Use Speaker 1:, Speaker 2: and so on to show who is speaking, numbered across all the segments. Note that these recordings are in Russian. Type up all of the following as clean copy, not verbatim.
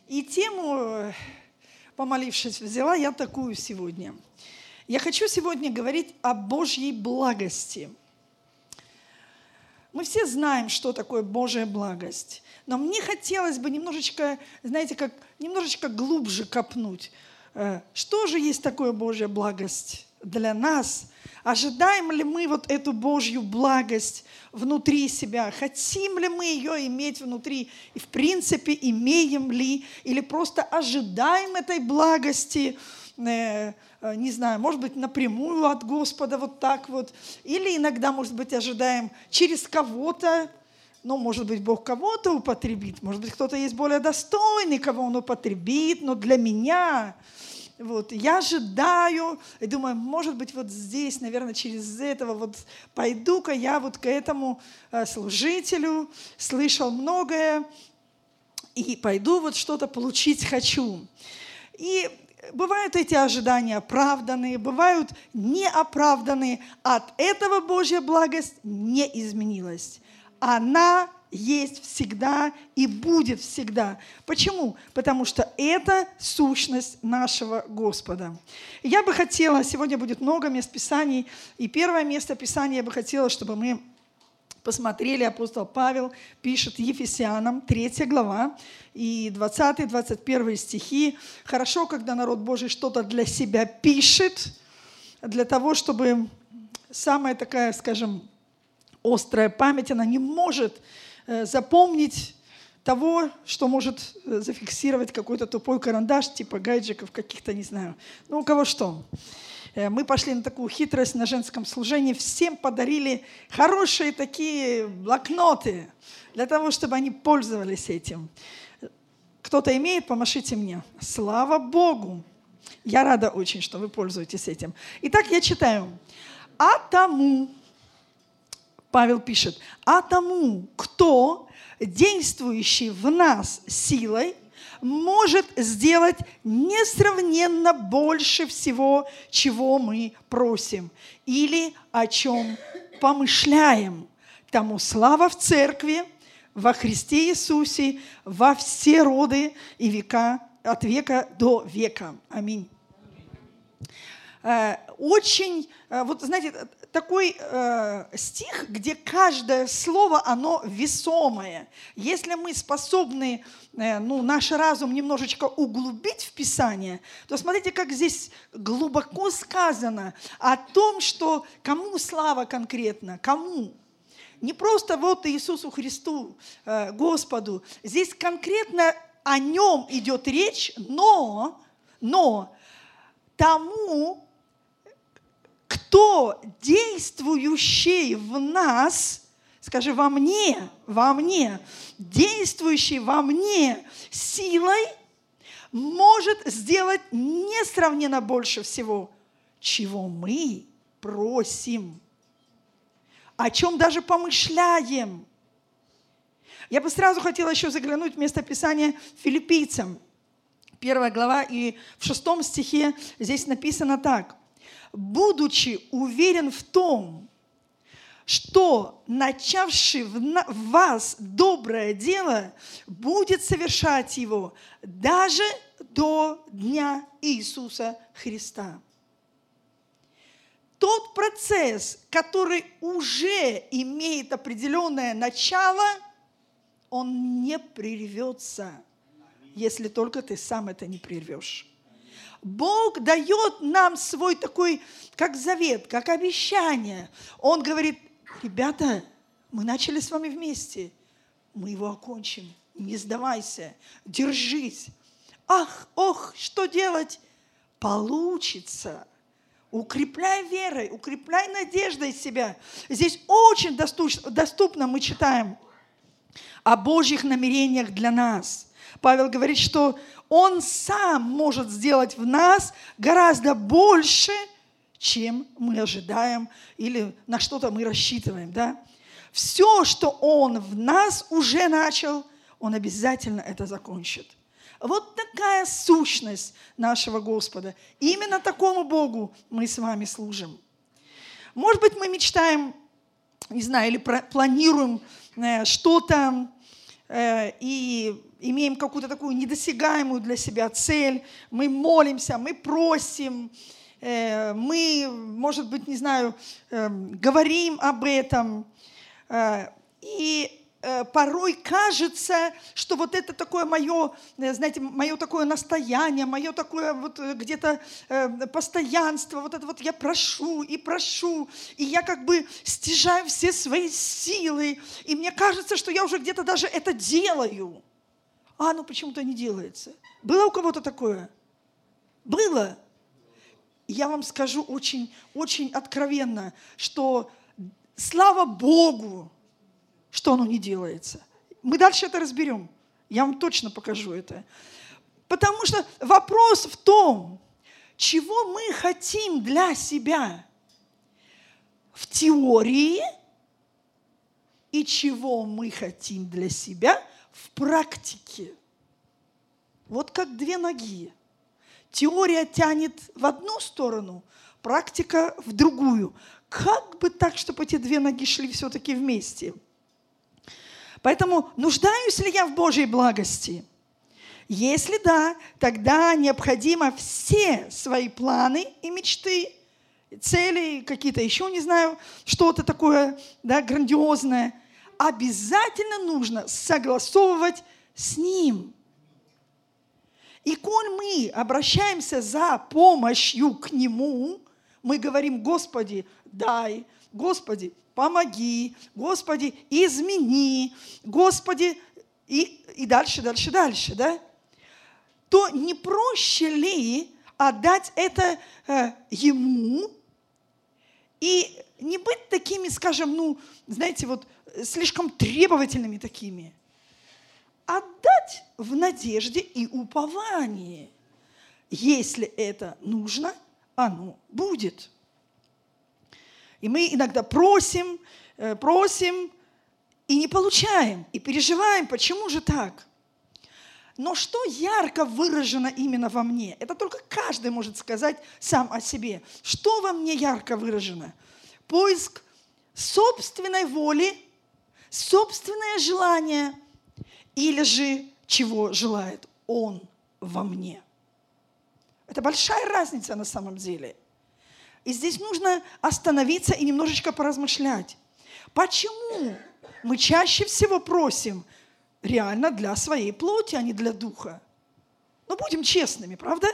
Speaker 1: И тему, помолившись, взяла я такую сегодня. Я хочу сегодня говорить о Божьей благости. Мы все знаем, что такое Божья благость. Но мне хотелось бы немножечко, знаете, как немножечко глубже копнуть. Что же есть такое Божья благость для нас? Ожидаем ли мы вот эту Божью благость внутри себя? Хотим ли мы ее иметь внутри? И в принципе имеем ли? Или просто ожидаем этой благости, не знаю, может быть, напрямую от Господа, вот так вот. Или иногда, может быть, ожидаем через кого-то. Ну, может быть, Бог кого-то употребит. Может быть, кто-то есть более достойный, кого Он употребит. Но для меня... Вот, я ожидаю, и думаю, может быть, вот здесь, наверное, через этого вот пойду-ка я вот к этому служителю, слышал многое, и пойду вот что-то получить хочу. И бывают эти ожидания оправданные, бывают неоправданные. От этого Божья благость не изменилась. Она есть всегда и будет всегда. Почему? Потому что это сущность нашего Господа. Я бы хотела, сегодня будет много мест Писаний, и первое место Писания я бы хотела, чтобы мы посмотрели, апостол Павел пишет Ефесянам, 3 глава, и 20-21 стихи. Хорошо, когда народ Божий что-то для себя пишет, для того, чтобы самая такая, скажем, острая память, она не может запомнить того, что может зафиксировать какой-то тупой карандаш, типа гаджиков каких-то, не знаю. Ну, у кого что. Мы пошли на такую хитрость на женском служении, всем подарили хорошие такие блокноты, для того, чтобы они пользовались этим. Кто-то имеет, помашите мне. Слава Богу! Я рада очень, что вы пользуетесь этим. Итак, я читаю. «А тому...» Павел пишет, «А тому, кто, действующий в нас силой, может сделать несравненно больше всего, чего мы просим или о чем помышляем. Тому слава в Церкви, во Христе Иисусе, во все роды и века, от века до века». Аминь. Очень, вот знаете, такой стих, где каждое слово, оно весомое. Если мы способны наш разум немножечко углубить в Писание, то смотрите, как здесь глубоко сказано о том, что кому слава конкретно, кому. Не просто вот Иисусу Христу, Господу. Здесь конкретно о Нем идет речь, но тому, кто действующий в нас, скажи, во мне, действующий во мне силой, может сделать несравненно больше всего, чего мы просим, о чем даже помышляем. Я бы сразу хотела еще заглянуть в местописание Филиппийцам, 1 глава, и в 6 стихе здесь написано так. «Будучи уверен в том, что начавший в вас доброе дело будет совершать его даже до дня Иисуса Христа». Тот процесс, который уже имеет определенное начало, он не прервется, если только ты сам это не прервешь. Бог дает нам свой такой, как завет, как обещание. Он говорит, ребята, мы начали с вами вместе, мы его окончим, не сдавайся, держись. Ох, что делать? Получится. Укрепляй верой, укрепляй надеждой себя. Здесь очень доступно мы читаем о Божьих намерениях для нас. Павел говорит, что Он сам может сделать в нас гораздо больше, чем мы ожидаем или на что-то мы рассчитываем. Да? Все, что Он в нас уже начал, Он обязательно это закончит. Вот такая сущность нашего Господа. Именно такому Богу мы с вами служим. Может быть, мы мечтаем, не знаю, или планируем что-то и имеем какую-то такую недосягаемую для себя цель, мы молимся, мы просим, мы, может быть, не знаю, говорим об этом, и порой кажется, что вот это такое мое, знаете, мое такое настояние, мое такое вот где-то постоянство, вот это вот я прошу, и я как бы стяжаю все свои силы, и мне кажется, что я уже где-то даже это делаю, а оно почему-то не делается. Было у кого-то такое? Было? Я вам скажу очень, очень откровенно, что слава Богу, что оно не делается. Мы дальше это разберем. Я вам точно покажу это. Потому что вопрос в том, чего мы хотим для себя в теории и чего мы хотим для себя в практике. Вот как две ноги. Теория тянет в одну сторону, практика в другую. Как бы так, чтобы эти две ноги шли все-таки вместе? Поэтому нуждаюсь ли я в Божьей благости? Если да, тогда необходимо все свои планы и мечты, цели, какие-то еще, не знаю, что-то такое, да, грандиозное, обязательно нужно согласовывать с Ним. И коль мы обращаемся за помощью к Нему, мы говорим: Господи, дай, Господи, помоги, Господи, измени, Господи, и дальше, да? То не проще ли отдать это Ему и не быть такими, скажем, знаете, вот слишком требовательными такими? Отдать в надежде и уповании. Если это нужно, оно будет. И мы иногда просим, и не получаем, и переживаем, почему же так? Но что ярко выражено именно во мне? Это только каждый может сказать сам о себе. Что во мне ярко выражено? Поиск собственной воли, собственное желание, или же чего желает Он во мне. Это большая разница на самом деле. И здесь нужно остановиться и немножечко поразмышлять. Почему мы чаще всего просим реально для своей плоти, а не для духа? Ну, будем честными, правда?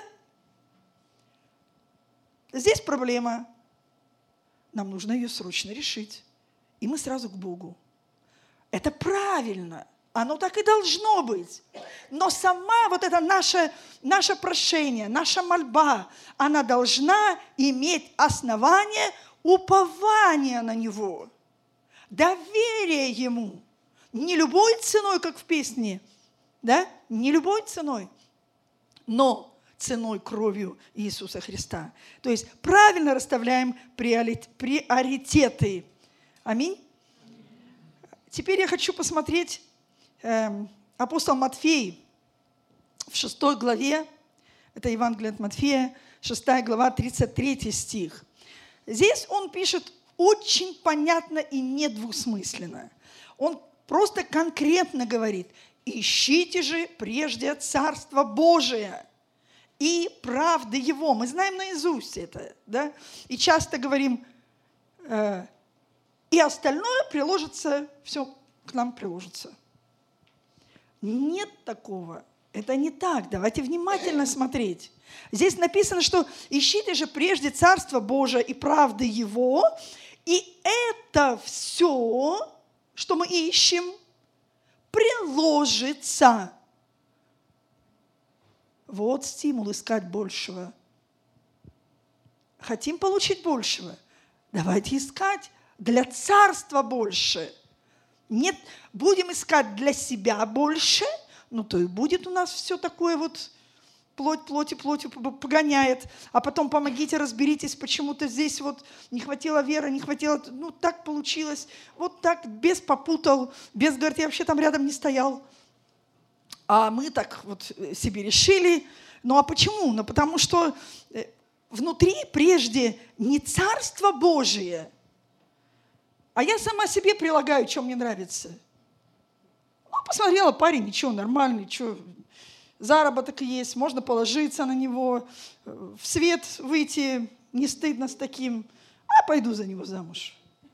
Speaker 1: Здесь проблема. Нам нужно ее срочно решить. И мы сразу к Богу. Это правильно. Оно так и должно быть. Но сама вот это наше прошение, наша мольба, она должна иметь основание упования на Него, доверие Ему. Не любой ценой, как в песне, да? Не любой ценой, но ценой кровью Иисуса Христа. То есть правильно расставляем приоритеты. Аминь. Теперь я хочу посмотреть апостол Матфей в 6 главе, это Евангелие от Матфея, 6 глава, 33 стих. Здесь он пишет очень понятно и недвусмысленно. Он просто конкретно говорит: ищите же прежде Царство Божие и правды Его. Мы знаем наизусть это, да? И часто говорим, и остальное приложится, все к нам приложится. Нет такого. Это не так. Давайте внимательно смотреть. Здесь написано, что ищите же прежде Царство Божие и правды Его, и это все, что мы ищем, приложится. Вот стимул искать большего. Хотим получить большего? Давайте искать для Царства больше. Нет, будем искать для себя больше, то и будет у нас все такое вот плотью погоняет, а потом помогите, разберитесь, почему-то здесь вот не хватило веры, не хватило, так получилось, вот так, без попутал, без, говорит, я вообще там рядом не стоял. А мы так вот себе решили. А почему? Потому что внутри прежде не Царство Божие, а я сама себе прилагаю, что мне нравится. Ну, посмотрела, парень, ничего, нормальный, что, заработок есть, можно положиться на него, в свет выйти, не стыдно с таким, а пойду за него замуж.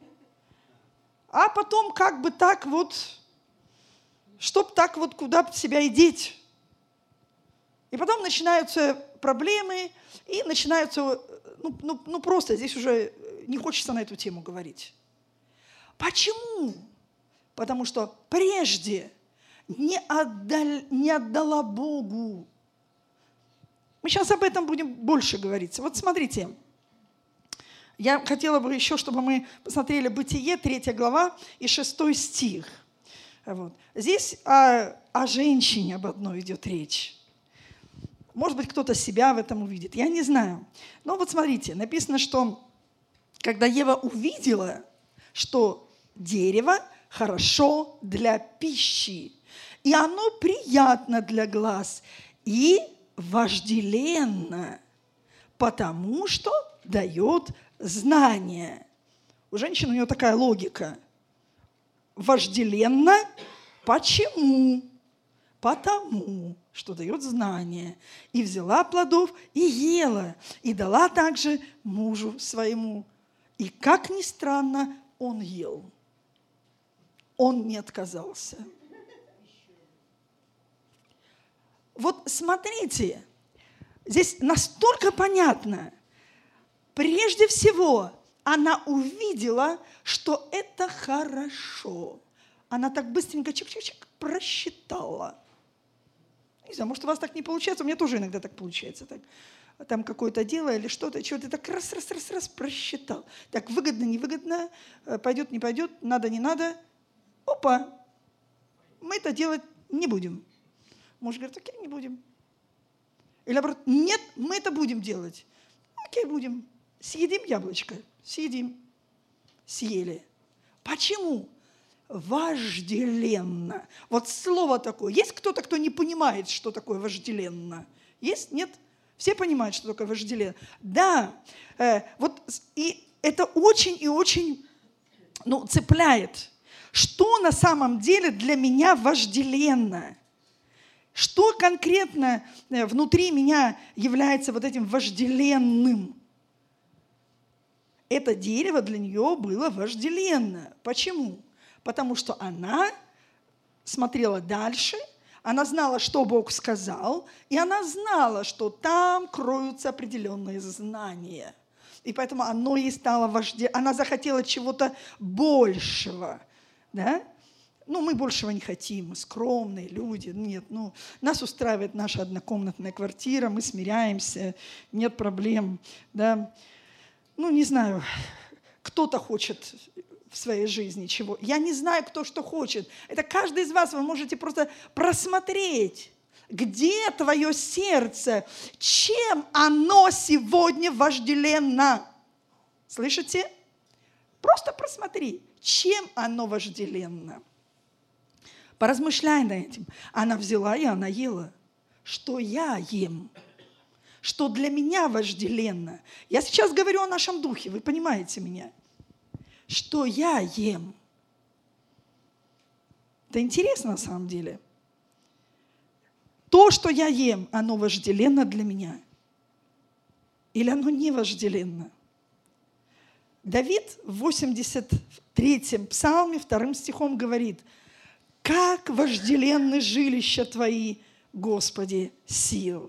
Speaker 1: А потом как бы так вот, чтоб так вот куда себя и деть. И потом начинаются проблемы, и начинаются, просто здесь уже не хочется на эту тему говорить. Почему? Потому что прежде не отдала Богу. Мы сейчас об этом будем больше говорить. Вот смотрите, я хотела бы еще, чтобы мы посмотрели Бытие, 3 глава и 6 стих. Вот. Здесь о женщине об одной идет речь. Может быть, кто-то себя в этом увидит, я не знаю. Но вот смотрите, написано, что когда Ева увидела, что дерево хорошо для пищи, и оно приятно для глаз, и вожделенно, потому что дает знание. У женщины, у нее такая логика. Вожделенно. Почему? Потому что дает знание. И взяла плодов, и ела, и дала также мужу своему. И, как ни странно, он ел. Он не отказался. Вот смотрите, здесь настолько понятно. Прежде всего, она увидела, что это хорошо. Она так быстренько чик-чик-чик просчитала. Не знаю, может, у вас так не получается, у меня тоже иногда так получается. Так, там какое-то дело или что-то, чего-то так раз просчитал. Так, выгодно, невыгодно, пойдет, не пойдет, надо, не надо. Опа, мы это делать не будем. Муж говорит, окей, не будем. Или наоборот, нет, мы это будем делать. Окей, будем. Съедим яблочко? Съедим. Съели. Почему? Вожделенно. Вот слово такое. Есть кто-то, кто не понимает, что такое вожделенно? Есть? Нет? Все понимают, что такое вожделенно? Да. Вот и это очень и очень цепляет. Что на самом деле для меня вожделенно? Что конкретно внутри меня является вот этим вожделенным? Это дерево для нее было вожделенно. Почему? Потому что она смотрела дальше, она знала, что Бог сказал, и она знала, что там кроются определенные знания. И поэтому оно ей стало вожделенным. Она захотела чего-то большего. Да? Мы большего не хотим, мы скромные люди. Нет, нас устраивает наша однокомнатная квартира, мы смиряемся, нет проблем. Да? Не знаю, кто-то хочет в своей жизни чего. Я не знаю, кто что хочет. Это каждый из вас, вы можете просто просмотреть, где твое сердце, чем оно сегодня вожделенно. Слышите? Просто просмотри, чем оно вожделенно. Поразмышляй над этим. Она взяла и она ела. Что я ем? Что для меня вожделенно? Я сейчас говорю о нашем духе, вы понимаете меня? Что я ем? Это интересно на самом деле. То, что я ем, оно вожделенно для меня? Или оно не вожделенно? Давид в 83-м псалме, 2 стихом говорит: «Как вожделенны жилища Твои, Господи, сил».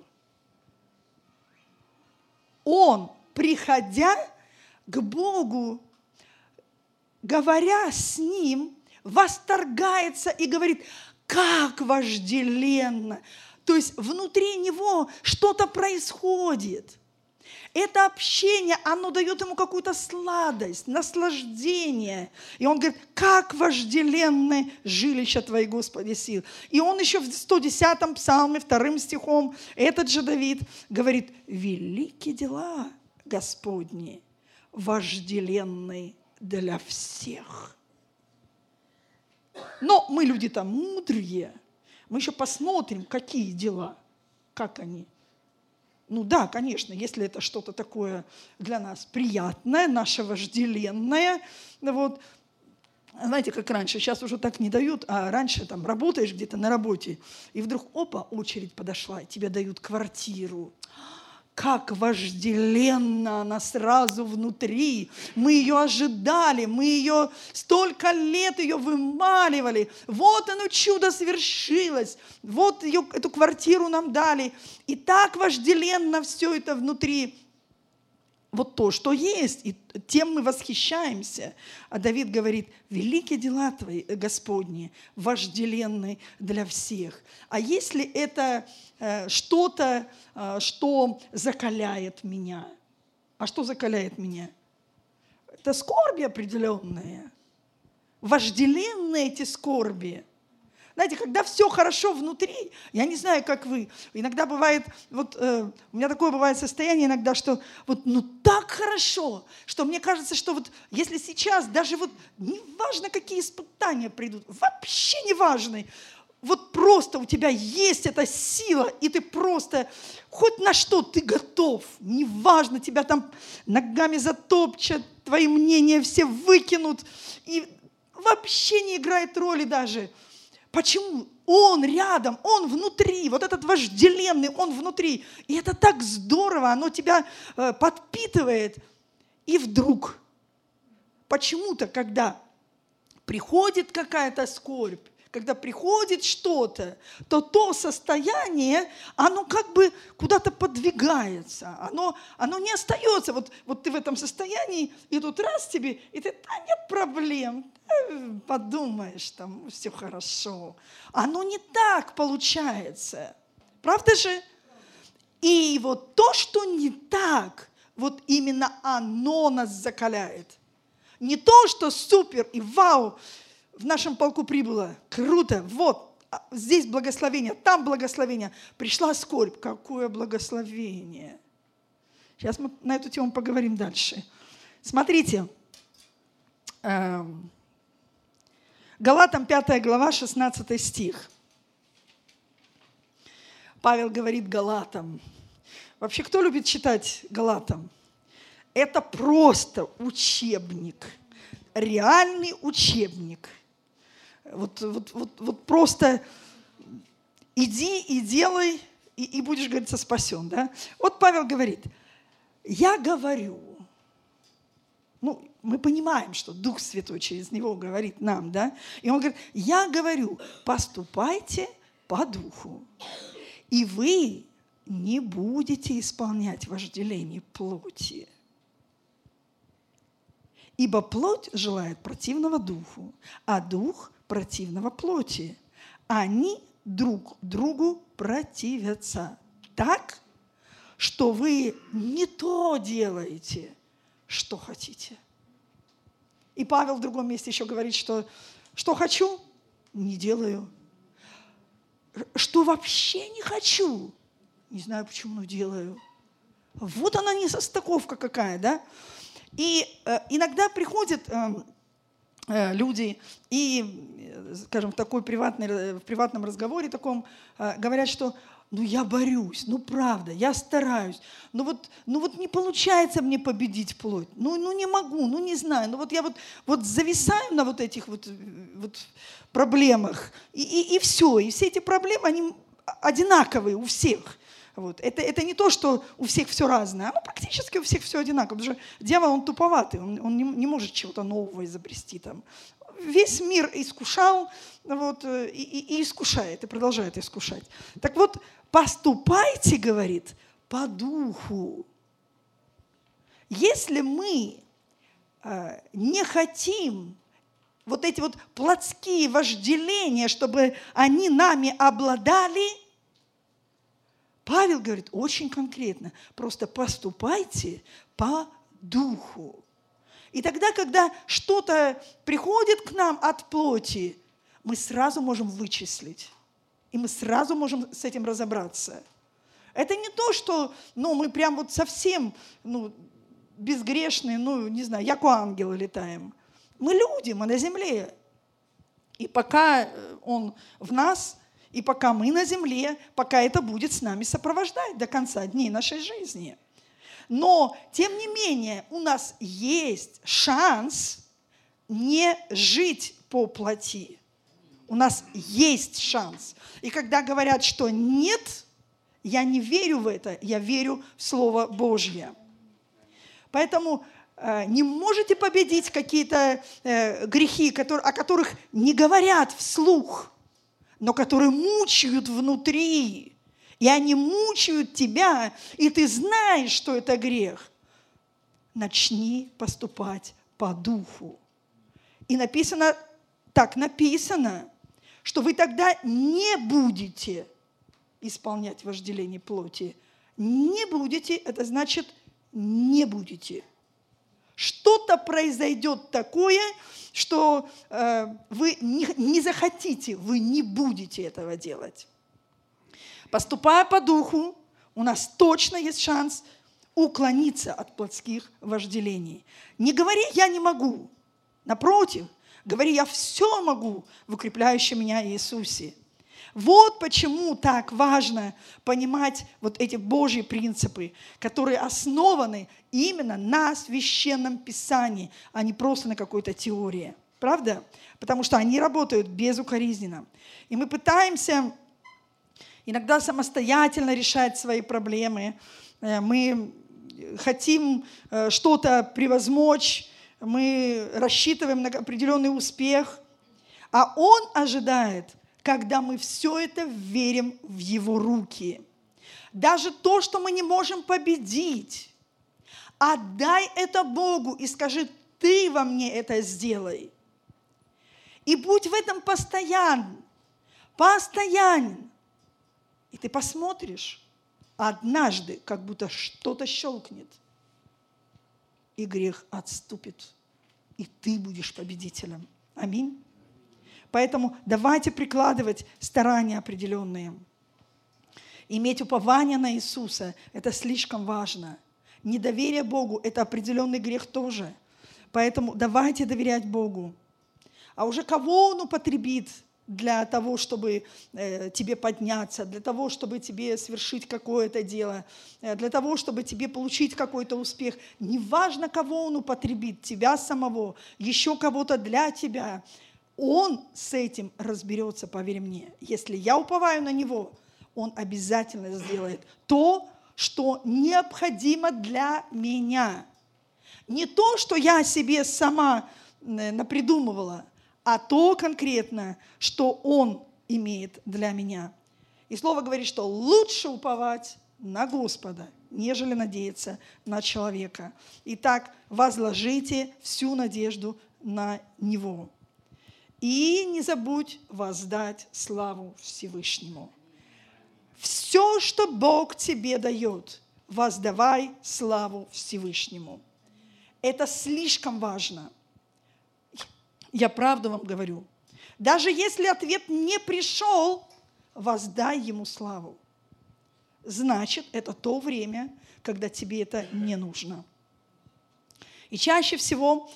Speaker 1: Он, приходя к Богу, говоря с Ним, восторгается и говорит: как вожделенно. То есть внутри него что-то происходит. Это общение, оно дает ему какую-то сладость, наслаждение. И он говорит: как вожделенны жилища Твои, Господи, сил. И он еще в 110-м псалме, 2 стихом, этот же Давид говорит: великие дела Господни, вожделенны для всех. Но мы люди-то мудрые. Мы еще посмотрим, какие дела, как они. Да, конечно, если это что-то такое для нас приятное, наше вожделенное, Знаете, как раньше, сейчас уже так не дают, а раньше там работаешь где-то на работе, и вдруг, опа, очередь подошла, и тебе дают квартиру. Как вожделенно она сразу внутри. Мы ее ожидали, мы ее столько лет ее вымаливали. Вот оно чудо свершилось. Вот ее, эту квартиру нам дали. И так вожделенно все это внутри. Вот то, что есть, и тем мы восхищаемся. А Давид говорит: великие дела твои, Господни, вожделенны для всех. А если это что-то, что закаляет меня? А что закаляет меня? Это скорби определенные. Вожделенные эти скорби. Знаете, когда все хорошо внутри, я не знаю, как вы, иногда бывает, вот у меня такое бывает состояние иногда, что вот ну так хорошо, что мне кажется, что вот если сейчас даже вот неважно, какие испытания придут, вообще неважно, вот просто у тебя есть эта сила, и ты просто хоть на что ты готов, неважно, тебя там ногами затопчат, твои мнения все выкинут, и вообще не играет роли даже. Почему? Он рядом, он внутри, вот этот вожделенный, он внутри. И это так здорово, оно тебя подпитывает. И вдруг, почему-то, когда приходит какая-то скорбь, когда приходит что-то, то состояние, оно как бы куда-то подвигается, оно не остается. Вот ты в этом состоянии, и тут раз тебе, и ты, да нет проблем, подумаешь, там все хорошо. Оно не так получается. Правда же? И вот то, что не так, вот именно оно нас закаляет. Не то, что супер и вау, в нашем полку прибыло, круто, вот, здесь благословение, там благословение. Пришла скорбь, какое благословение. Сейчас мы на эту тему поговорим дальше. Смотрите, Галатам 5 глава, 16 стих. Павел говорит Галатам. Вообще, кто любит читать Галатам? Это просто учебник, реальный учебник. Вот просто иди и делай, и будешь, говорится, спасен. Да? Вот Павел говорит, я говорю, ну, мы понимаем, что Дух Святой через него говорит нам, да? И он говорит, я говорю, поступайте по Духу, и вы не будете исполнять вожделение плоти. Ибо плоть желает противного Духу, а Дух противного плоти. Они друг другу противятся так, что вы не то делаете, что хотите. И Павел в другом месте еще говорит, что хочу, не делаю. Что вообще не хочу, не знаю почему, но делаю. Вот она несостыковка какая, да? И иногда приходят люди и, скажем, в приватном разговоре таком говорят, что ну я борюсь, ну правда, я стараюсь, ну вот не получается мне победить плоть, ну не могу, ну не знаю, ну вот я вот зависаю на вот этих вот проблемах, и все, и все эти проблемы, они одинаковые у всех. Вот. Это не то, что у всех все разное, оно практически у всех все одинаково, потому что дьявол, он туповатый, он не может чего-то нового изобрести. Там. Весь мир искушал вот, и искушает, и продолжает искушать. Так вот, поступайте, говорит, по духу. Если мы не хотим вот эти вот плотские вожделения, чтобы они нами обладали, Павел говорит очень конкретно, просто поступайте по духу. И тогда, когда что-то приходит к нам от плоти, мы сразу можем вычислить. И мы сразу можем с этим разобраться. Это не то, что мы прям вот совсем безгрешные, не знаю, як у ангела летаем. Мы люди, мы на земле. И пока он в нас, и пока мы на земле, пока это будет с нами сопровождать до конца дней нашей жизни. Но, тем не менее, у нас есть шанс не жить по плоти. У нас есть шанс. И когда говорят, что нет, я не верю в это, я верю в Слово Божье. Поэтому не можете победить какие-то грехи, о которых не говорят вслух, но которые мучают внутри. И они мучают тебя, и ты знаешь, что это грех. Начни поступать по духу. И написано, что вы тогда не будете исполнять вожделение плоти. Не будете, это значит не будете. Что-то произойдет такое, что вы не захотите, вы не будете этого делать. Поступая по духу, у нас точно есть шанс уклониться от плотских вожделений. Не говори «я не могу». Напротив, говори «я все могу» в укрепляющем меня Иисусе. Вот почему так важно понимать вот эти Божьи принципы, которые основаны именно на Священном Писании, а не просто на какой-то теории. Правда? Потому что они работают безукоризненно. И мы пытаемся иногда самостоятельно решать свои проблемы. Мы хотим что-то превозмочь, мы рассчитываем на определенный успех, а Он ожидает, когда мы все это верим в Его руки. Даже то, что мы не можем победить, отдай это Богу и скажи: «Ты во мне это сделай». И будь в этом постоянен. И ты посмотришь, однажды как будто что-то щелкнет, и грех отступит, и ты будешь победителем. Аминь. Поэтому давайте прикладывать старания определенные. Иметь упование на Иисуса – это слишком важно. Недоверие Богу – это определенный грех тоже. Поэтому давайте доверять Богу. А уже кого Он употребит для того, чтобы тебе подняться, для того, чтобы тебе совершить какое-то дело, для того, чтобы тебе получить какой-то успех. Неважно, кого Он употребит, тебя самого, еще кого-то для тебя. Он с этим разберется, поверь мне. Если я уповаю на Него, Он обязательно сделает то, что необходимо для меня. Не то, что я себе сама напридумывала, а то конкретно, что Он имеет для меня. И Слово говорит, что лучше уповать на Господа, нежели надеяться на человека. Итак, возложите всю надежду на Него. И не забудь воздать славу Всевышнему. Все, что Бог тебе дает, воздавай славу Всевышнему. Это слишком важно. Я правду вам говорю. Даже если ответ не пришел, воздай Ему славу. Значит, это то время, когда тебе это не нужно. И чаще всего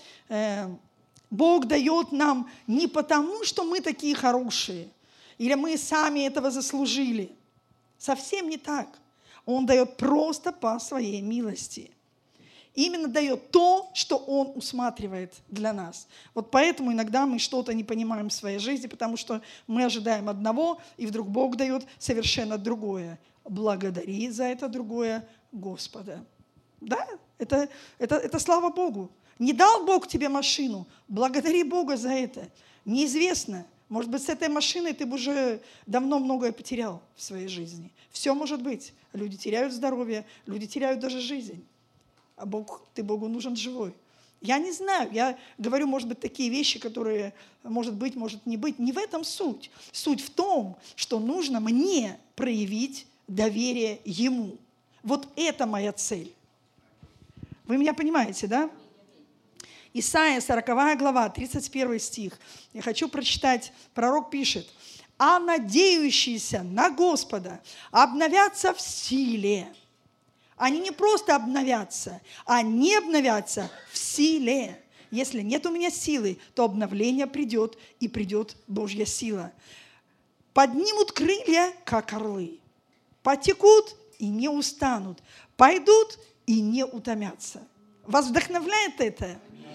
Speaker 1: Бог дает нам не потому, что мы такие хорошие, или мы сами этого заслужили. Совсем не так. Он дает просто по своей милости. Именно дает то, что Он усматривает для нас. Вот поэтому иногда мы что-то не понимаем в своей жизни, потому что мы ожидаем одного, и вдруг Бог дает совершенно другое. Благодари за это другое Господа. Да, это слава Богу. Не дал Бог тебе машину, благодари Бога за это. Неизвестно, может быть, с этой машиной ты бы уже давно многое потерял в своей жизни. Все может быть. Люди теряют здоровье, люди теряют даже жизнь. А ты Богу нужен живой. Я не знаю, я говорю, может быть, такие вещи, которые, может быть, может не быть. Не в этом суть. Суть в том, что нужно мне проявить доверие Ему. Вот это моя цель. Вы меня понимаете, да? Исайя, 40 глава, 31 стих. Я хочу прочитать. Пророк пишет: «А надеющиеся на Господа обновятся в силе». Они не просто обновятся, они обновятся в силе. Если нет у меня силы, то обновление придет, и придет Божья сила. Поднимут крылья, как орлы, потекут и не устанут, пойдут и не утомятся. Вас вдохновляет это?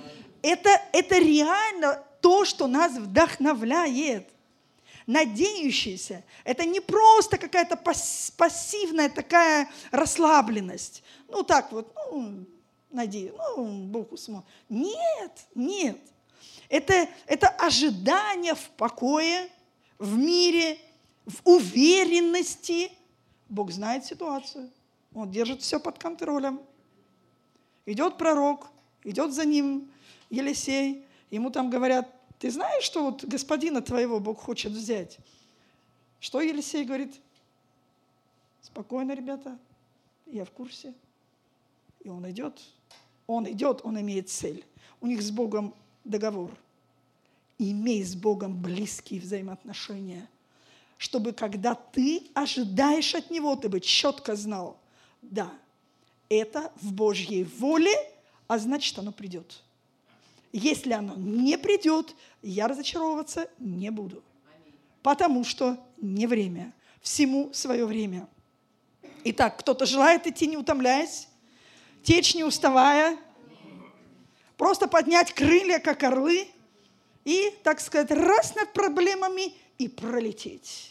Speaker 1: Это реально то, что нас вдохновляет. Надеющийся – это не просто какая-то пассивная такая расслабленность. Ну, так вот, надеюсь, Бог усмотрит. Нет. Это ожидание в покое, в мире, в уверенности. Бог знает ситуацию. Он держит все под контролем. Идет пророк, идет за ним Елисей. Ему там говорят: ты знаешь, что вот господина твоего Бог хочет взять? Что Елисей говорит? Спокойно, ребята, я в курсе. И он идет, он имеет цель. У них с Богом договор. Имей с Богом близкие взаимоотношения, чтобы когда ты ожидаешь от Него, ты бы четко знал: да, это в Божьей воле, а значит, оно придет. Если оно не придет, я разочаровываться не буду. Потому что не время. Всему свое время. Итак, кто-то желает идти, не утомляясь, течь, не уставая, просто поднять крылья, как орлы, и, так сказать, раз над проблемами и пролететь.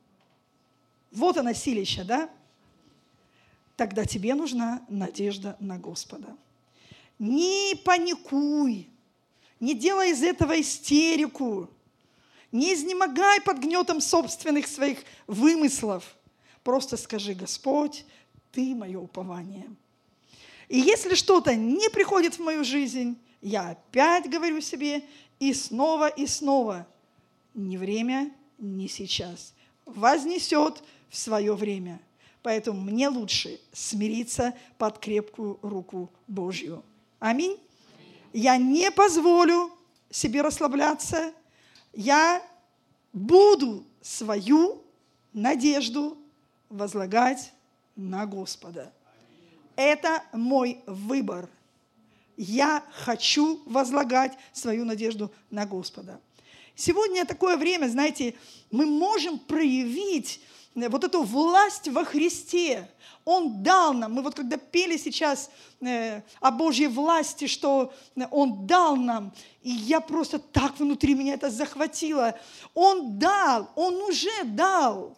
Speaker 1: Вот она, силища, да? Тогда тебе нужна надежда на Господа. Не паникуй. Не делай из этого истерику. Не изнемогай под гнетом собственных своих вымыслов. Просто скажи: Господь, Ты мое упование. И если что-то не приходит в мою жизнь, я опять говорю себе и снова, не время, не сейчас. Вознесет в свое время. Поэтому мне лучше смириться под крепкую руку Божью. Аминь. Я не позволю себе расслабляться. Я буду свою надежду возлагать на Господа. Это мой выбор. Я хочу возлагать свою надежду на Господа. Сегодня такое время, знаете, мы можем проявить вот эту власть во Христе. Он дал нам, мы вот когда пели сейчас о Божьей власти, что Он дал нам, и я просто так внутри меня это захватило. Он дал, Он уже дал.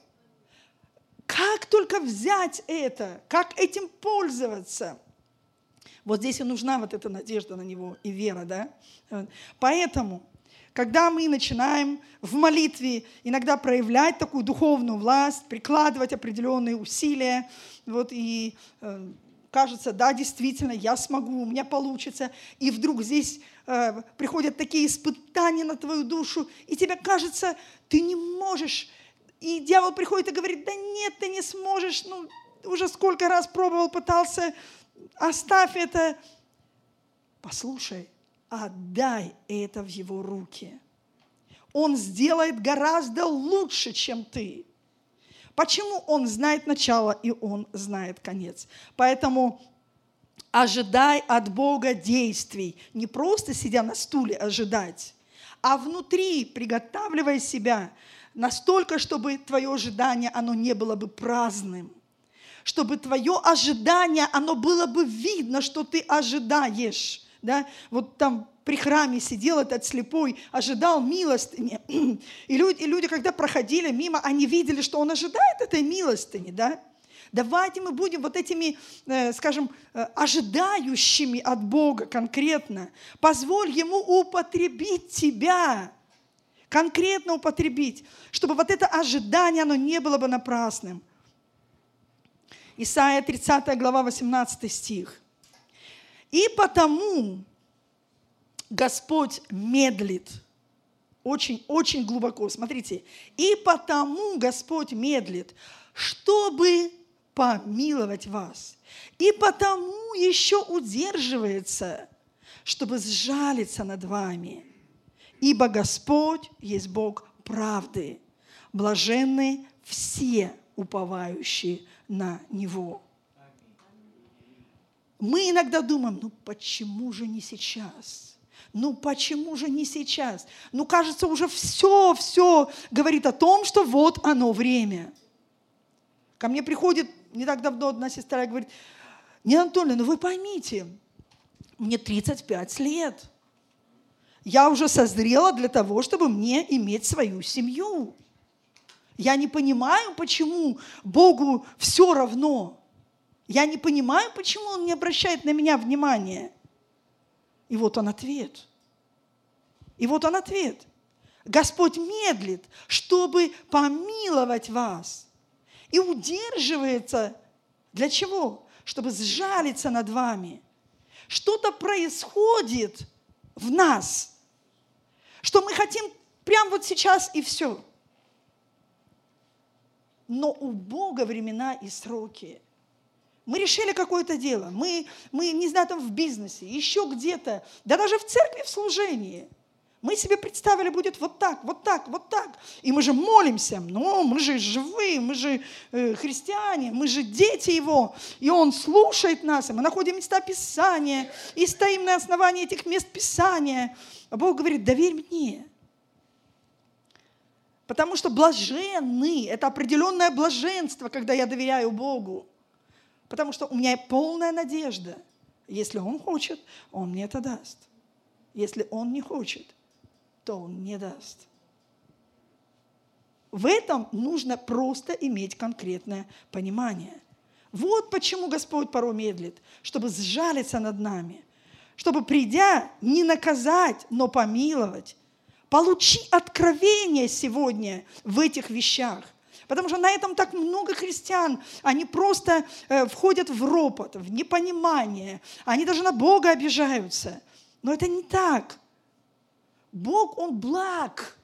Speaker 1: Как только взять это, как этим пользоваться? Вот здесь и нужна вот эта надежда на Него и вера, да? Поэтому, когда мы начинаем в молитве иногда проявлять такую духовную власть, прикладывать определенные усилия, вот, и кажется, да, действительно, я смогу, у меня получится, и вдруг здесь приходят такие испытания на твою душу, и тебе кажется, ты не можешь, и дьявол приходит и говорит: да нет, ты не сможешь, уже сколько раз пробовал, пытался, оставь это. Послушай, отдай это в Его руки. Он сделает гораздо лучше, чем ты. Почему? Он знает начало, и Он знает конец. Поэтому ожидай от Бога действий. Не просто сидя на стуле ожидать, а внутри приготавливая себя настолько, чтобы твое ожидание, оно не было бы праздным. Чтобы твое ожидание, оно было бы видно, что ты ожидаешь. Да? Вот там при храме сидел этот слепой, ожидал милостыни. И люди, когда проходили мимо, они видели, что он ожидает этой милостыни. Да? Давайте мы будем вот этими, скажем, ожидающими от Бога конкретно. Позволь Ему употребить тебя. Конкретно употребить. Чтобы вот это ожидание, оно не было бы напрасным. Исайя 30 глава, 18 стих. И потому Господь медлит. Очень глубоко. Смотрите. И потому Господь медлит, чтобы помиловать вас. И потому еще удерживается, чтобы сжалиться над вами. Ибо Господь есть Бог правды. Блаженны все уповающие на Него. Мы иногда думаем: почему же не сейчас? Почему же не сейчас? Кажется, уже все говорит о том, что вот оно время. Ко мне приходит не так давно одна сестра и говорит: Нина Анатольевна, вы поймите, мне 35 лет. я уже созрела для того, чтобы мне иметь свою семью. Я не понимаю, почему Богу все равно. Я не понимаю, почему Он не обращает на меня внимания. И вот он ответ. И вот он ответ. Господь медлит, чтобы помиловать вас. И удерживается. Для чего? Чтобы сжалиться над вами. Что-то происходит в нас, что мы хотим прямо вот сейчас и все. Но у Бога времена и сроки. Мы решили какое-то дело, мы, не знаю, там в бизнесе, еще где-то, да даже в церкви, в служении. Мы себе представили, будет вот так, вот так, вот так. И мы же молимся, но мы же живые, мы же христиане, мы же дети Его. И Он слушает нас, и мы находим места Писания, и стоим на основании этих мест Писания. А Бог говорит, доверь мне. Потому что блаженны, это определенное блаженство, когда я доверяю Богу. Потому что у меня полная надежда. Если Он хочет, Он мне это даст. Если Он не хочет, то Он не даст. В этом нужно просто иметь конкретное понимание. Вот почему Господь порой медлит, чтобы сжалиться над нами, чтобы, придя, не наказать, но помиловать. Получи откровение сегодня в этих вещах. Потому что на этом так много христиан, они просто входят в ропот, в непонимание, они даже на Бога обижаются. Но это не так. Бог, Он благ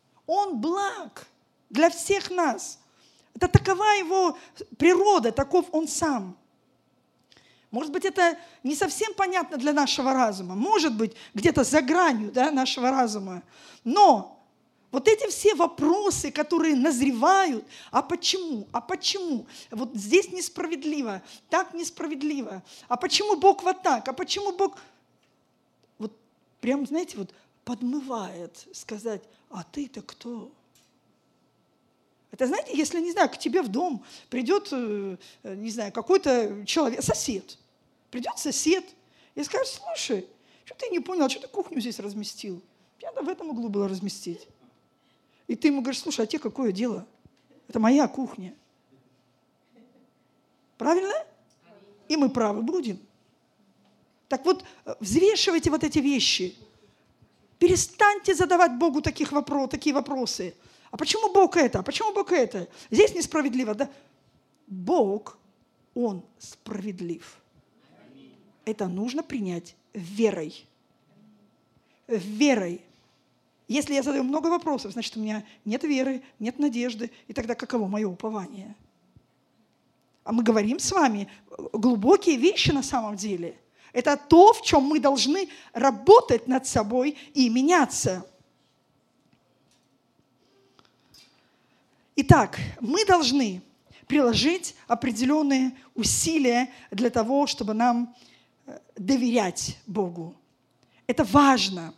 Speaker 1: для всех нас. Это такова Его природа, таков Он сам. Может быть, это не совсем понятно для нашего разума, может быть, где-то за гранью, да, нашего разума, но вот эти все вопросы, которые назревают, а почему? Вот здесь несправедливо, так несправедливо. А почему Бог вот так? А почему Бог... Вот прям, знаете, вот подмывает сказать, а ты-то кто? Это, знаете, если, не знаю, к тебе в дом придет, не знаю, какой-то человек, сосед. Придет сосед и скажет, слушай, что ты не понял, что ты кухню здесь разместил? Я в этом углу было разместить. И ты ему говоришь, слушай, а тебе какое дело? Это моя кухня. Правильно? И мы правы будем. Так вот, взвешивайте вот эти вещи. Перестаньте задавать Богу такие вопросы. А почему Бог это? А почему Бог это? Здесь несправедливо. Да? Бог, Он справедлив. Это нужно принять верой. Верой. Если я задаю много вопросов, значит, у меня нет веры, нет надежды, и тогда каково мое упование? А мы говорим с вами глубокие вещи на самом деле. Это то, в чем мы должны работать над собой и меняться. Итак, мы должны приложить определенные усилия для того, чтобы нам доверять Богу. Это важно.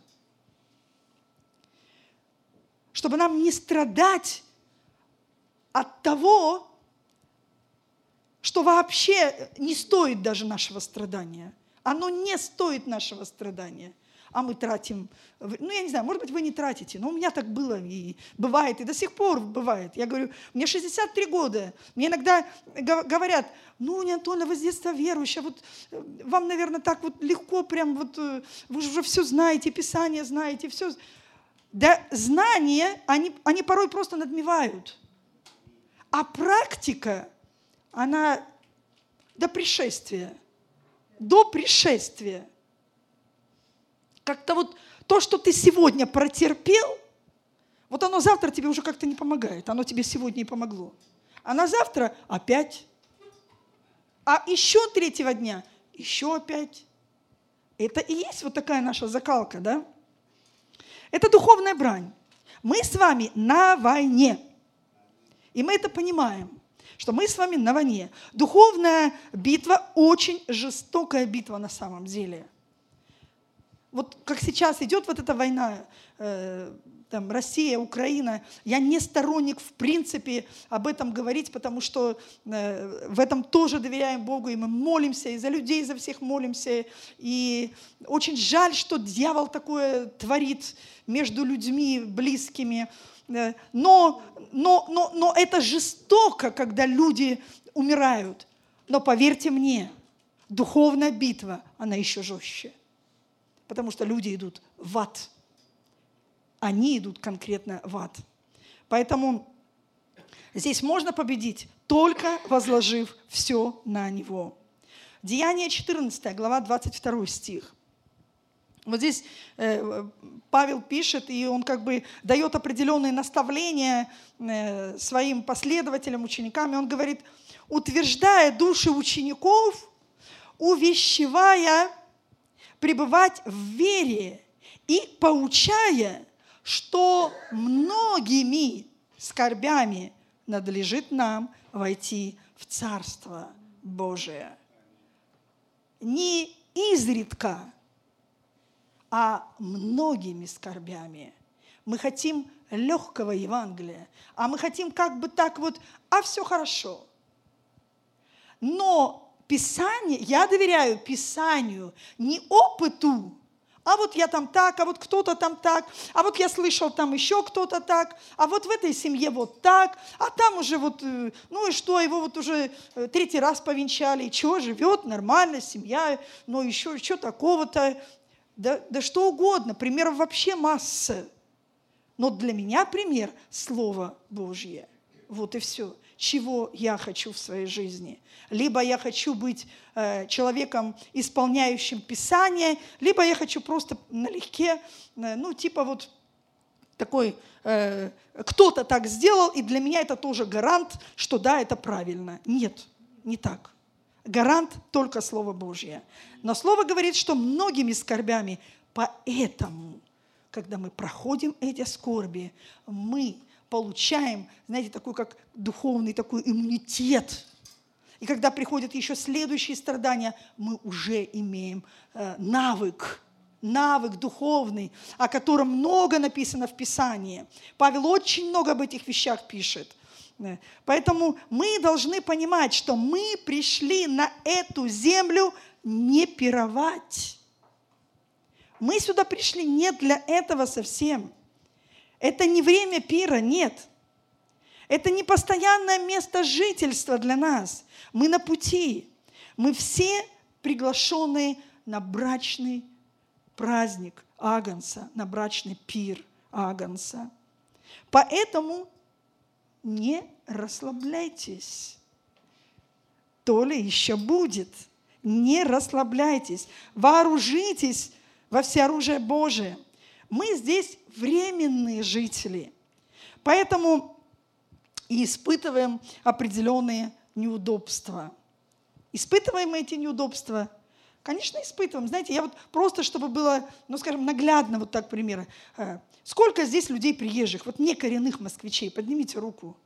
Speaker 1: Чтобы нам не страдать от того, что вообще не стоит даже нашего страдания. Оно не стоит нашего страдания. А мы тратим, я не знаю, может быть, вы не тратите, но у меня так было и бывает, и до сих пор бывает. Я говорю, мне 63 года, мне иногда говорят, Анатольевна, вы с детства верующая, вот вам, наверное, так вот легко прям вот, вы же уже все знаете, Писание знаете, все. Да знания, они порой просто надмевают. А практика, она до пришествия. Как-то вот то, что ты сегодня протерпел, вот оно завтра тебе уже как-то не помогает. Оно тебе сегодня и помогло. А на завтра опять. А еще третьего дня еще опять. Это и есть вот такая наша закалка, да? Это духовная брань. Мы с вами на войне. И мы это понимаем, что мы с вами на войне. Духовная битва очень жестокая битва на самом деле. вот как сейчас идет вот эта война, там, Россия, Украина, я не сторонник в принципе об этом говорить, потому что в этом тоже доверяем Богу, и мы молимся, и за людей, за всех молимся. И очень жаль, что дьявол такое творит между людьми близкими. Но это жестоко, когда люди умирают. Но поверьте мне, духовная битва, она еще жестче. Потому что люди идут в ад. Они идут конкретно в ад. Поэтому здесь можно победить, только возложив все на Него. Деяние 14, глава 22 стих. Вот здесь Павел пишет, и он как бы дает определенные наставления своим последователям, ученикам. И он говорит, утверждая души учеников, увещевая пребывать в вере и поучая, что многими скорбями надлежит нам войти в Царство Божие. Не изредка, а многими скорбями. Мы хотим легкого Евангелия, а мы хотим как бы так вот, а все хорошо. Но Писание, я доверяю Писанию, не опыту, а вот я там так, а вот кто-то там так, а вот я слышал там еще кто-то так, а вот в этой семье вот так, а там уже вот, ну и что, его вот уже 3-й раз повенчали, и что, живет нормально, семья, но еще что такого-то, да что угодно, примеров вообще масса. Но для меня пример – Слово Божье. Вот и все. Чего я хочу в своей жизни. Либо я хочу быть человеком, исполняющим Писание, либо я хочу просто налегке, ну, типа вот такой, кто-то так сделал, и для меня это тоже гарант, что да, это правильно. Нет, не так. Гарант только Слово Божье. Но Слово говорит, что многими скорбями, поэтому, когда мы проходим эти скорби, мы получаем, знаете, такой как духовный такой иммунитет. И когда приходят еще следующие страдания, мы уже имеем навык духовный, о котором много написано в Писании. Павел очень много об этих вещах пишет. Поэтому мы должны понимать, что мы пришли на эту землю не пировать. Мы сюда пришли не для этого совсем. Это не время пира, нет. Это не постоянное место жительства для нас. Мы на пути. Мы все приглашенные на брачный праздник Агнца, на брачный пир Агнца. Поэтому не расслабляйтесь. То ли еще будет. Не расслабляйтесь. Вооружитесь во всеоружие Божие. Мы здесь временные жители. Поэтому и испытываем определенные неудобства. Испытываем мы эти неудобства? Конечно, испытываем. Знаете, я вот просто, чтобы было, ну, скажем, наглядно вот так примеры. Сколько здесь людей приезжих, вот не коренных москвичей, поднимите руку.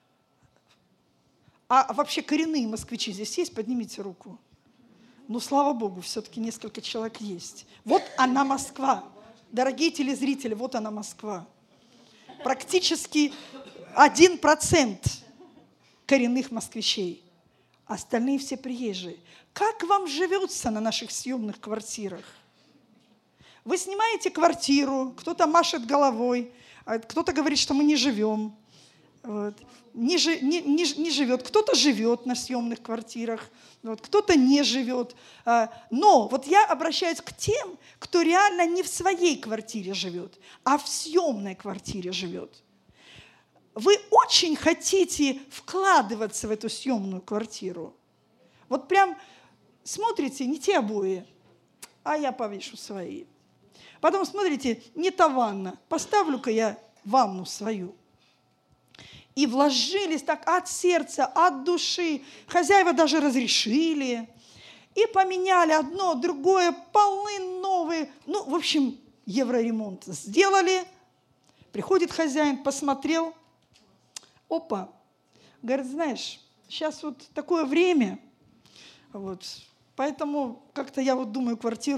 Speaker 1: А вообще коренные москвичи здесь есть? Поднимите руку. Ну, слава Богу, все-таки несколько человек есть. Вот она Москва. Дорогие телезрители, вот она Москва. Практически 1% коренных москвичей. Остальные все приезжие. Как вам живется на наших съемных квартирах? Вы снимаете квартиру, кто-то машет головой, кто-то говорит, что мы не живем. Вот. Не живет. Кто-то живет на съемных квартирах, вот. Кто-то не живет. Но вот я обращаюсь к тем, кто реально не в своей квартире живет, а в съемной квартире живет. Вы очень хотите вкладываться в эту съемную квартиру. Вот прям смотрите, не те обои, а я повешу свои. Потом смотрите, не та ванна, поставлю-ка я ванну свою. И вложились так от сердца, от души. Хозяева даже разрешили. И поменяли одно, другое, полы новые. Ну, в общем, евроремонт сделали. Приходит хозяин, посмотрел. Опа. Говорит, знаешь, сейчас вот такое время. Вот, поэтому как-то я вот думаю квартиру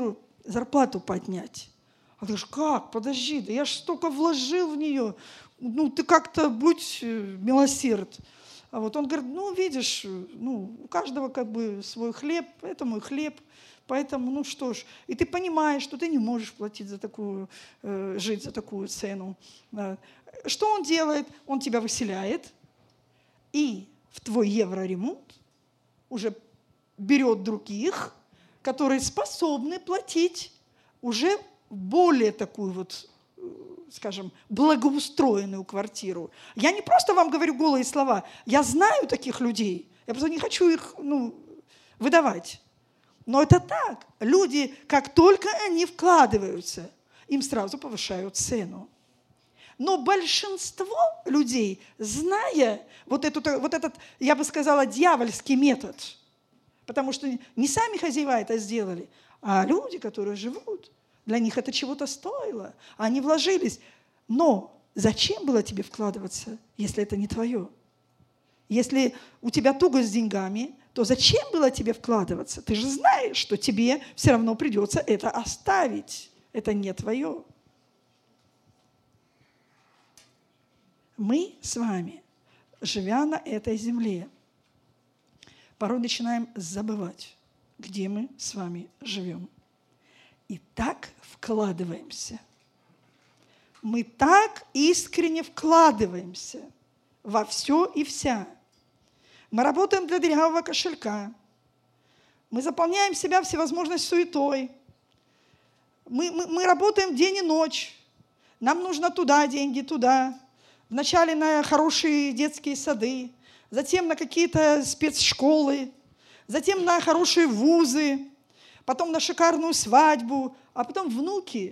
Speaker 1: зарплату поднять. А ты говоришь, как? Подожди, да я ж столько вложил в нее. Ну, ты как-то будь милосерд. А вот он говорит, ну, видишь, ну, у каждого как бы свой хлеб, это мой хлеб. Поэтому, ну что ж, и ты понимаешь, что ты не можешь платить за такую, жить за такую цену. Что он делает? Он тебя выселяет, и в твой евроремонт уже берет других, которые способны платить уже более такую вот, скажем, благоустроенную квартиру. Я не просто вам говорю голые слова, я знаю таких людей, я просто не хочу их выдавать. Но это так. Люди, как только они вкладываются, им сразу повышают цену. Но большинство людей, зная вот этот, я бы сказала, дьявольский метод, потому что не сами хозяева это сделали, а люди, которые живут, для них это чего-то стоило, они вложились. Но зачем было тебе вкладываться, если это не твое? Если у тебя туго с деньгами, то зачем было тебе вкладываться? Ты же знаешь, что тебе все равно придется это оставить. Это не твое. Мы с вами, живя на этой земле, порой начинаем забывать, где мы с вами живем. И так вкладываемся. Мы так искренне вкладываемся во все и вся. Мы работаем для дырявого кошелька. Мы заполняем себя всевозможной суетой. Мы работаем день и ночь. Нам нужно туда деньги, туда. Вначале на хорошие детские сады, затем на какие-то спецшколы, затем на хорошие вузы, потом на шикарную свадьбу, а потом внуки.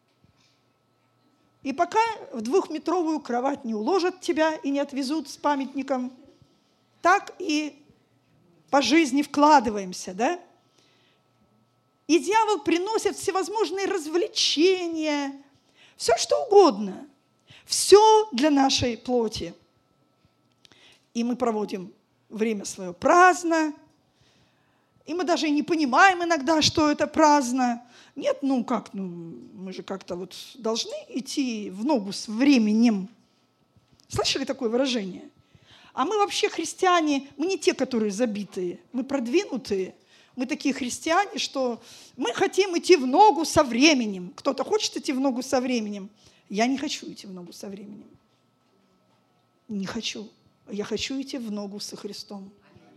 Speaker 1: И пока в 2-метровую кровать не уложат тебя и не отвезут с памятником, так и по жизни вкладываемся, да? И дьявол приносит всевозможные развлечения, все что угодно, все для нашей плоти. И мы проводим время свое праздно, и мы даже и не понимаем иногда, что это праздно. Нет, мы же как-то вот должны идти в ногу с временем. Слышали такое выражение? А мы вообще христиане, мы не те, которые забитые, мы продвинутые. Мы такие христиане, что мы хотим идти в ногу со временем. Кто-то хочет идти в ногу со временем. Я не хочу идти в ногу со временем. Не хочу. Я хочу идти в ногу со Христом.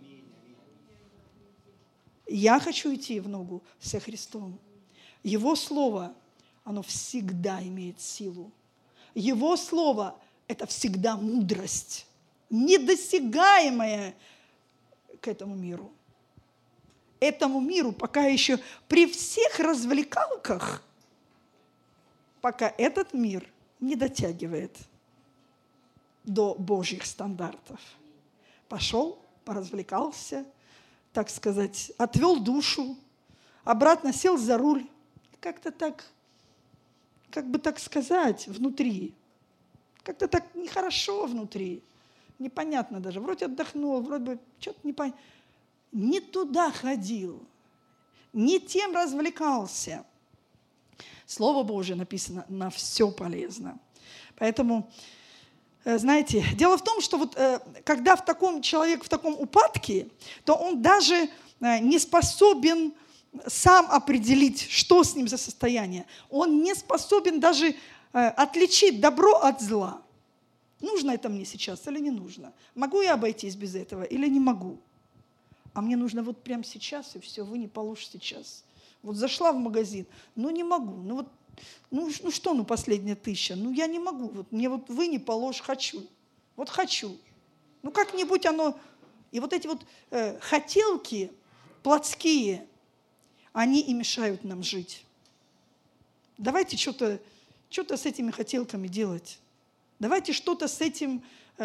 Speaker 1: Я хочу идти в ногу со Христом. Его Слово, оно всегда имеет силу. Его Слово – это всегда мудрость, недосягаемая к этому миру. Этому миру пока еще при всех развлекалках, пока этот мир не дотягивает до Божьих стандартов. Пошел, поразвлекался, так сказать, отвел душу, обратно сел за руль. Как-то так, как бы так сказать, внутри. Как-то так нехорошо внутри. Непонятно даже. Вроде отдохнул, вроде бы что-то непонятно. Не туда ходил, не тем развлекался. Слово Божие написано на все полезно. Поэтому, знаете, дело в том, что вот когда человек в таком упадке, то он даже не способен сам определить, что с ним за состояние. Он не способен даже отличить добро от зла. Нужно это мне сейчас или не нужно? Могу я обойтись без этого или не могу? А мне нужно вот прямо сейчас, и все, вы не положите сейчас. Вот зашла в магазин, не могу. Что последняя 1000? Я не могу. Вот мне вот вы не положь, хочу. Вот хочу. Как-нибудь оно... И вот эти вот хотелки плотские, они и мешают нам жить. Давайте что-то с этими хотелками делать. Давайте что-то с этим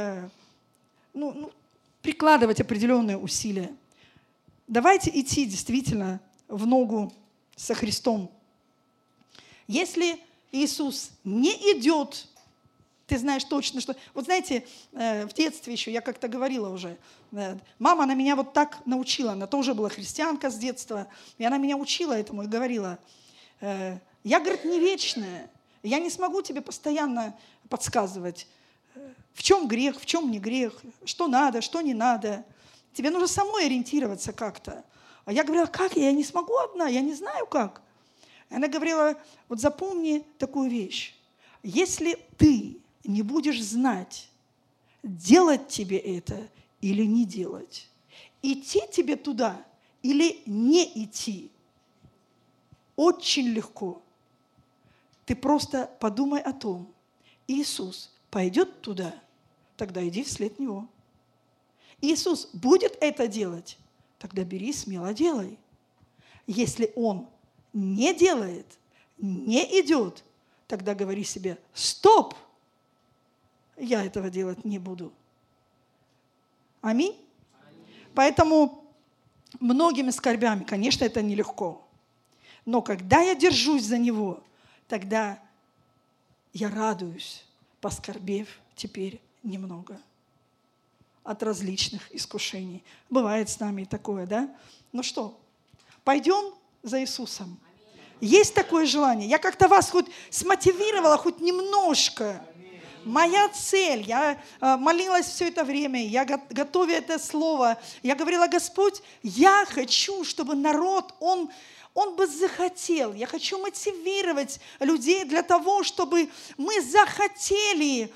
Speaker 1: прикладывать определенные усилия. Давайте идти действительно в ногу со Христом. Если Иисус не идет, ты знаешь точно, что... Вот знаете, в детстве еще, я как-то говорила уже, мама, она меня вот так научила, она тоже была христианка с детства, и она меня учила этому и говорила, Я, говорит, не вечная. Я не смогу тебе постоянно подсказывать, в чем грех, в чем не грех, что надо, что не надо. Тебе нужно самой ориентироваться как-то. А я говорила, как я не смогу одна, я не знаю как. И она говорила, вот запомни такую вещь. Если ты не будешь знать, делать тебе это или не делать, идти тебе туда или не идти, очень легко. Ты просто подумай о том, Иисус пойдет туда, тогда иди вслед Него. Иисус будет это делать, тогда бери, смело делай. Если Он не делает, не идет, тогда говори себе, стоп, я этого делать не буду. Аминь? Поэтому многими скорбями, конечно, это нелегко. Но когда я держусь за Него, тогда я радуюсь, поскорбев теперь немного от различных искушений. Бывает с нами и такое, да? Ну что, пойдем за Иисусом. Есть такое желание? Я как-то вас хоть смотивировала, хоть немножко. Моя цель, я молилась все это время, я готовя это слово, я говорила, Господь, я хочу, чтобы народ, он бы захотел. Я хочу мотивировать людей для того, чтобы мы захотели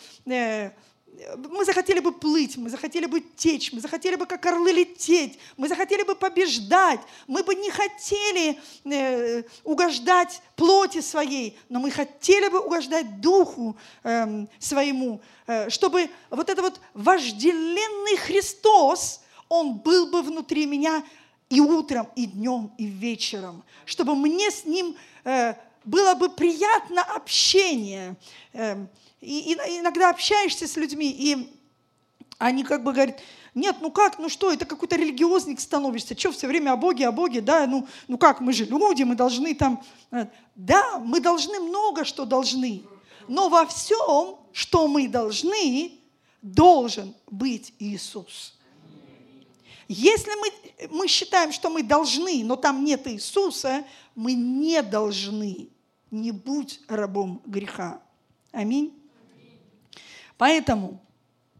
Speaker 1: бы плыть, мы захотели бы течь, мы захотели бы как орлы лететь, мы захотели бы побеждать, мы бы не хотели угождать плоти своей, но мы хотели бы угождать духу своему, чтобы вот этот вот вожделенный Христос, Он был бы внутри меня и утром, и днем, и вечером, чтобы мне с Ним было бы приятно общение. И иногда общаешься с людьми, и они как бы говорят, нет, ну как, ну что, это какой-то религиозник становишься, что все время о Боге, да, ну как, мы же люди, мы должны там... Да, мы должны много что должны, но во всем, что мы должны, должен быть Иисус. Если мы считаем, что мы должны, но там нет Иисуса, мы не должны. Не будь рабом греха. Аминь. Поэтому,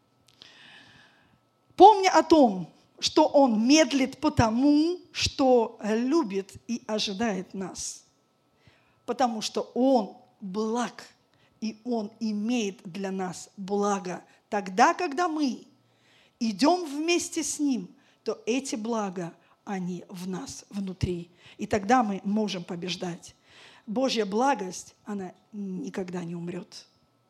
Speaker 1: помня о том, что Он медлит потому, что любит и ожидает нас. Потому что Он благ, и Он имеет для нас благо. Тогда, когда мы идем вместе с Ним, то эти блага, они в нас внутри. И тогда мы можем побеждать. Божья благость, она никогда не умрет.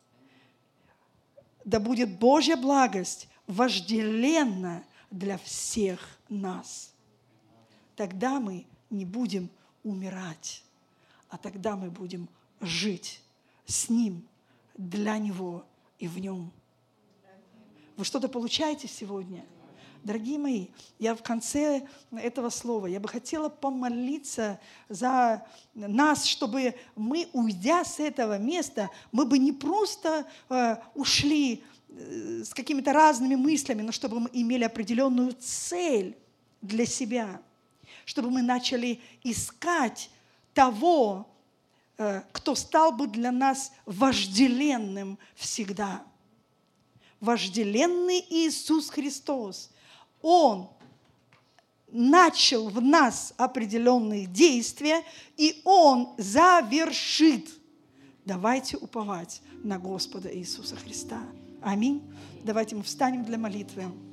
Speaker 1: Да будет Божья благость вожделенна для всех нас. Тогда мы не будем умирать, а тогда мы будем жить с Ним, для Него и в Нем. Вы что-то получаете сегодня? Дорогие мои, я в конце этого слова, я бы хотела помолиться за нас, чтобы мы, уйдя с этого места, мы бы не просто ушли с какими-то разными мыслями, но чтобы мы имели определенную цель для себя, чтобы мы начали искать того, кто стал бы для нас вожделенным всегда. Вожделенный Иисус Христос. Он начал в нас определенные действия, и Он завершит. Давайте уповать на Господа Иисуса Христа. Аминь. Давайте мы встанем для молитвы.